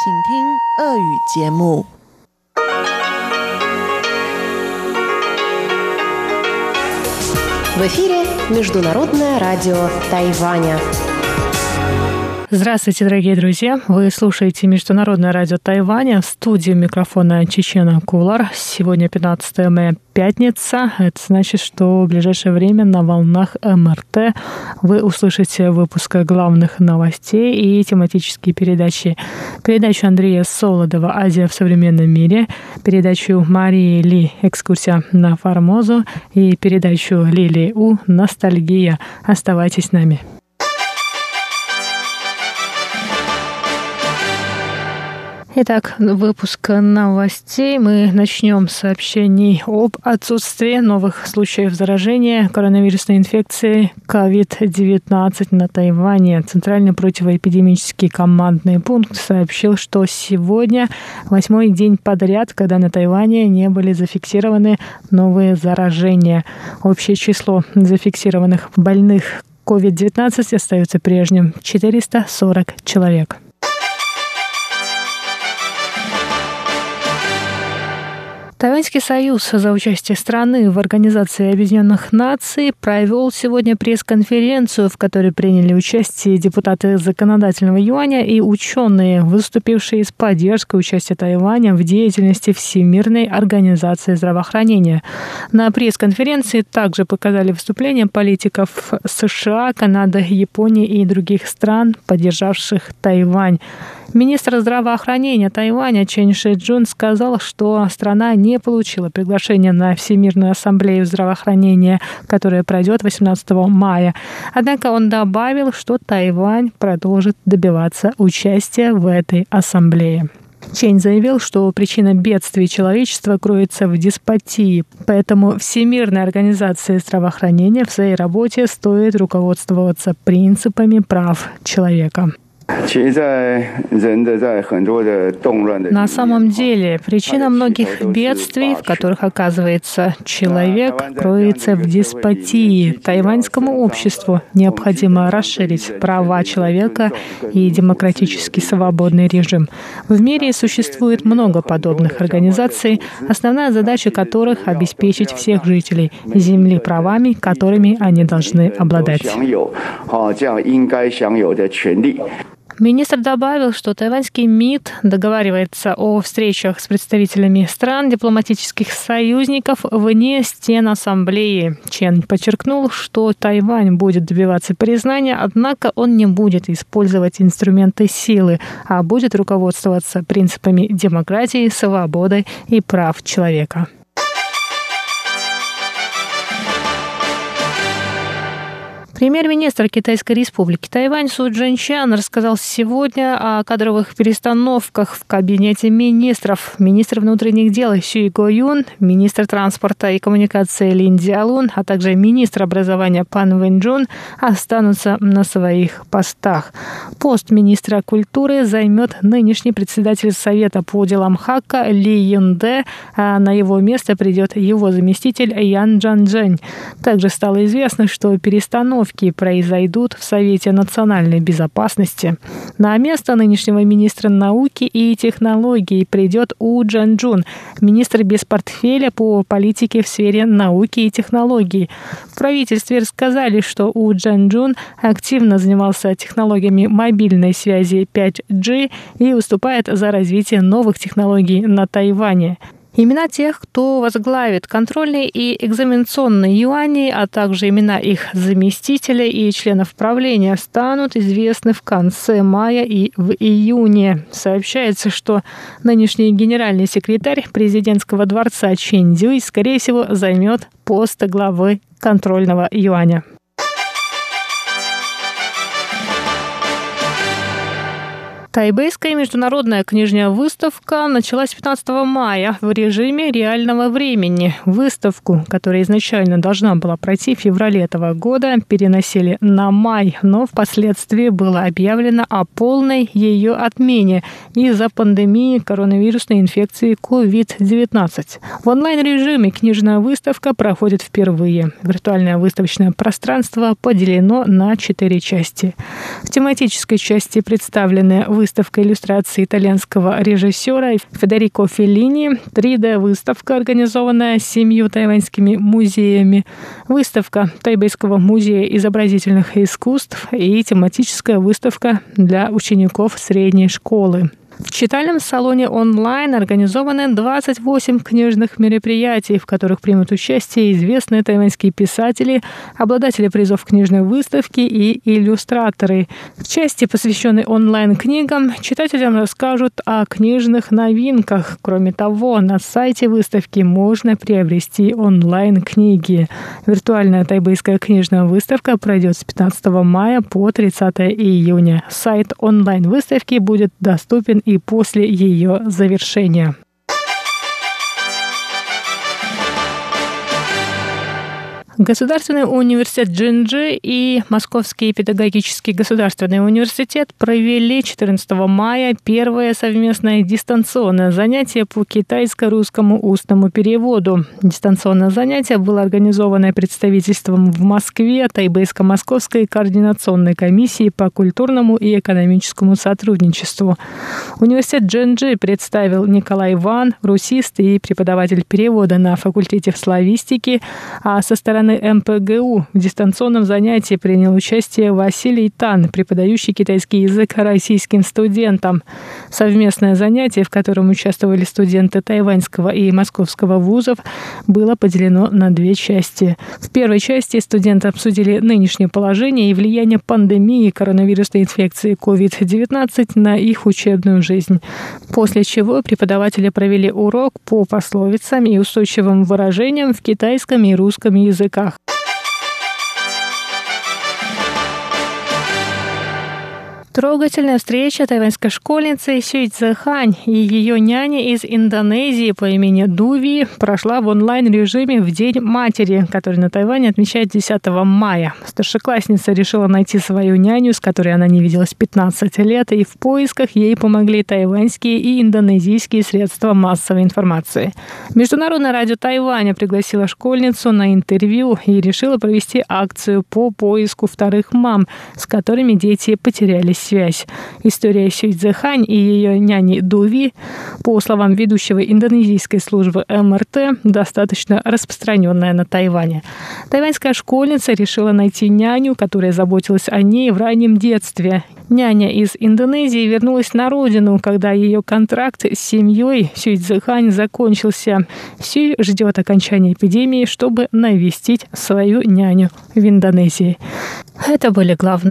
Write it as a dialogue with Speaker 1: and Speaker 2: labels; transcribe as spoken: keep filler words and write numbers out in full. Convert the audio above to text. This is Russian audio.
Speaker 1: 请听俄语节目。
Speaker 2: В эфире Международное радио Тайваня.
Speaker 3: Здравствуйте, дорогие друзья! Вы слушаете Международное радио Тайваня. В студии микрофона Чечена Кулар. Сегодня пятнадцатое мая, пятница. Это значит, что в ближайшее время на волнах эм эр тэ вы услышите выпуск главных новостей и тематические передачи. Передачу Андрея Солодова «Азия в современном мире», передачу Марии Ли «Экскурсия на Формозу» и передачу Лилии У «Ностальгия». Оставайтесь с нами. Итак, выпуск новостей. Мы начнем с сообщений об отсутствии новых случаев заражения коронавирусной инфекцией ковид девятнадцать на Тайване. Центральный противоэпидемический командный пункт сообщил, что сегодня восьмой день подряд, когда на Тайване не были зафиксированы новые заражения. Общее число зафиксированных больных ковид девятнадцать остается прежним – четыреста сорок человек. Тайваньский союз за участие страны в Организации Объединенных Наций провел сегодня пресс-конференцию, в которой приняли участие депутаты законодательного юаня и ученые, выступившие с поддержкой участия Тайваня в деятельности Всемирной организации здравоохранения. На пресс-конференции также показали выступления политиков США, Канады, Японии и других стран, поддержавших Тайвань. Министр здравоохранения Тайваня Чен Ши-Джун сказал, что страна не получила приглашение на Всемирную ассамблею здравоохранения, которая пройдет восемнадцатого мая. Однако он добавил, что Тайвань продолжит добиваться участия в этой ассамблее. Чен заявил, что причина бедствий человечества кроется в деспотии, поэтому Всемирная организация здравоохранения в своей работе стоит руководствоваться принципами прав человека. На самом деле, причина многих бедствий, в которых оказывается человек, кроется в деспотии. Тайваньскому обществу необходимо расширить права человека и демократический свободный режим. В мире существует много подобных организаций, основная задача которых — обеспечить всех жителей Земли правами, которыми они должны обладать. Министр добавил, что тайваньский МИД договаривается о встречах с представителями стран, дипломатических союзников вне стен ассамблеи. Чен подчеркнул, что Тайвань будет добиваться признания, однако он не будет использовать инструменты силы, а будет руководствоваться принципами демократии, свободы и прав человека. Премьер-министр Китайской республики Тайвань Су Чжэньчан рассказал сегодня о кадровых перестановках в кабинете министров. Министр внутренних дел Сюй Го-юн, министр транспорта и коммуникации Лин Цзялун, а также министр образования Пан Вэньчжун останутся на своих постах. Пост министра культуры займет нынешний председатель Совета по делам ХАКа Ли Юнде, а на его место придет его заместитель Ян Чжанчжэнь. Также стало известно, что перестановки произойдут в Совете национальной безопасности. На место нынешнего министра науки и технологий придет У Чжанчжун, министр без портфеля по политике в сфере науки и технологий. В правительстве рассказали, что У Чжанчжун активно занимался технологиями мобильной связи пять джи и выступает за развитие новых технологий на Тайване. Имена тех, кто возглавит контрольные и экзаменационные юани, а также имена их заместителей и членов правления станут известны в конце мая и в июне. Сообщается, что нынешний генеральный секретарь президентского дворца Чен Цзюй, скорее всего, займет пост главы контрольного юаня. Тайбэйская международная книжная выставка началась пятнадцатого мая в режиме реального времени. Выставку, которая изначально должна была пройти в феврале этого года, переносили на май, но впоследствии было объявлено о полной ее отмене из-за пандемии коронавирусной инфекции ковид девятнадцать. В онлайн-режиме книжная выставка проходит впервые. Виртуальное выставочное пространство поделено на четыре части. В тематической части представлены выставки выставка иллюстраций итальянского режиссера Федерико Феллини, три дэ-выставка, организованная семью тайваньскими музеями, выставка Тайбэйского музея изобразительных искусств и тематическая выставка для учеников средней школы. В читальном салоне онлайн организованы двадцать восемь книжных мероприятий, в которых примут участие известные тайваньские писатели, обладатели призов книжной выставки и иллюстраторы. В части, посвященной онлайн-книгам, читателям расскажут о книжных новинках. Кроме того, на сайте выставки можно приобрести онлайн-книги. Виртуальная тайбэйская книжная выставка пройдет с пятнадцатого мая по тридцатого июня. Сайт онлайн-выставки будет доступен и после ее завершения. Государственный университет Джинджи и Московский педагогический государственный университет провели четырнадцатого мая первое совместное дистанционное занятие по китайско-русскому устному переводу. Дистанционное занятие было организовано представительством в Москве Тайбэйско-Московской координационной комиссии по культурному и экономическому сотрудничеству. Университет Джинджи представил Николай Ван, русист и преподаватель перевода на факультете славистики, а со стороны эм пэ гэ у в дистанционном занятии принял участие Василий Тан, преподающий китайский язык российским студентам. Совместное занятие, в котором участвовали студенты тайваньского и московского вузов, было поделено на две части. В первой части студенты обсудили нынешнее положение и влияние пандемии коронавирусной инфекции ковид девятнадцать на их учебную жизнь. После чего преподаватели провели урок по пословицам и устойчивым выражениям в китайском и русском языках. Трогательная встреча тайваньской школьницы Сюй Цзэхань и ее няни из Индонезии по имени Дуви прошла в онлайн-режиме в День матери, который на Тайване отмечает десятого мая. Старшеклассница решила найти свою няню, с которой она не виделась пятнадцать лет, и в поисках ей помогли тайваньские и индонезийские средства массовой информации. Международное радио Тайваня пригласило школьницу на интервью и решила провести акцию по поиску вторых мам, с которыми дети потеряли связь. История Сюй Цзэхань и ее няни Дуви, по словам ведущего индонезийской службы эм эр тэ, достаточно распространенная на Тайване. Тайваньская школьница решила найти няню, которая заботилась о ней в раннем детстве. Няня из Индонезии вернулась на родину, когда ее контракт с семьей Сюй Цзэхань закончился. Сюй ждет окончания эпидемии, чтобы навестить свою няню в Индонезии. Это были главные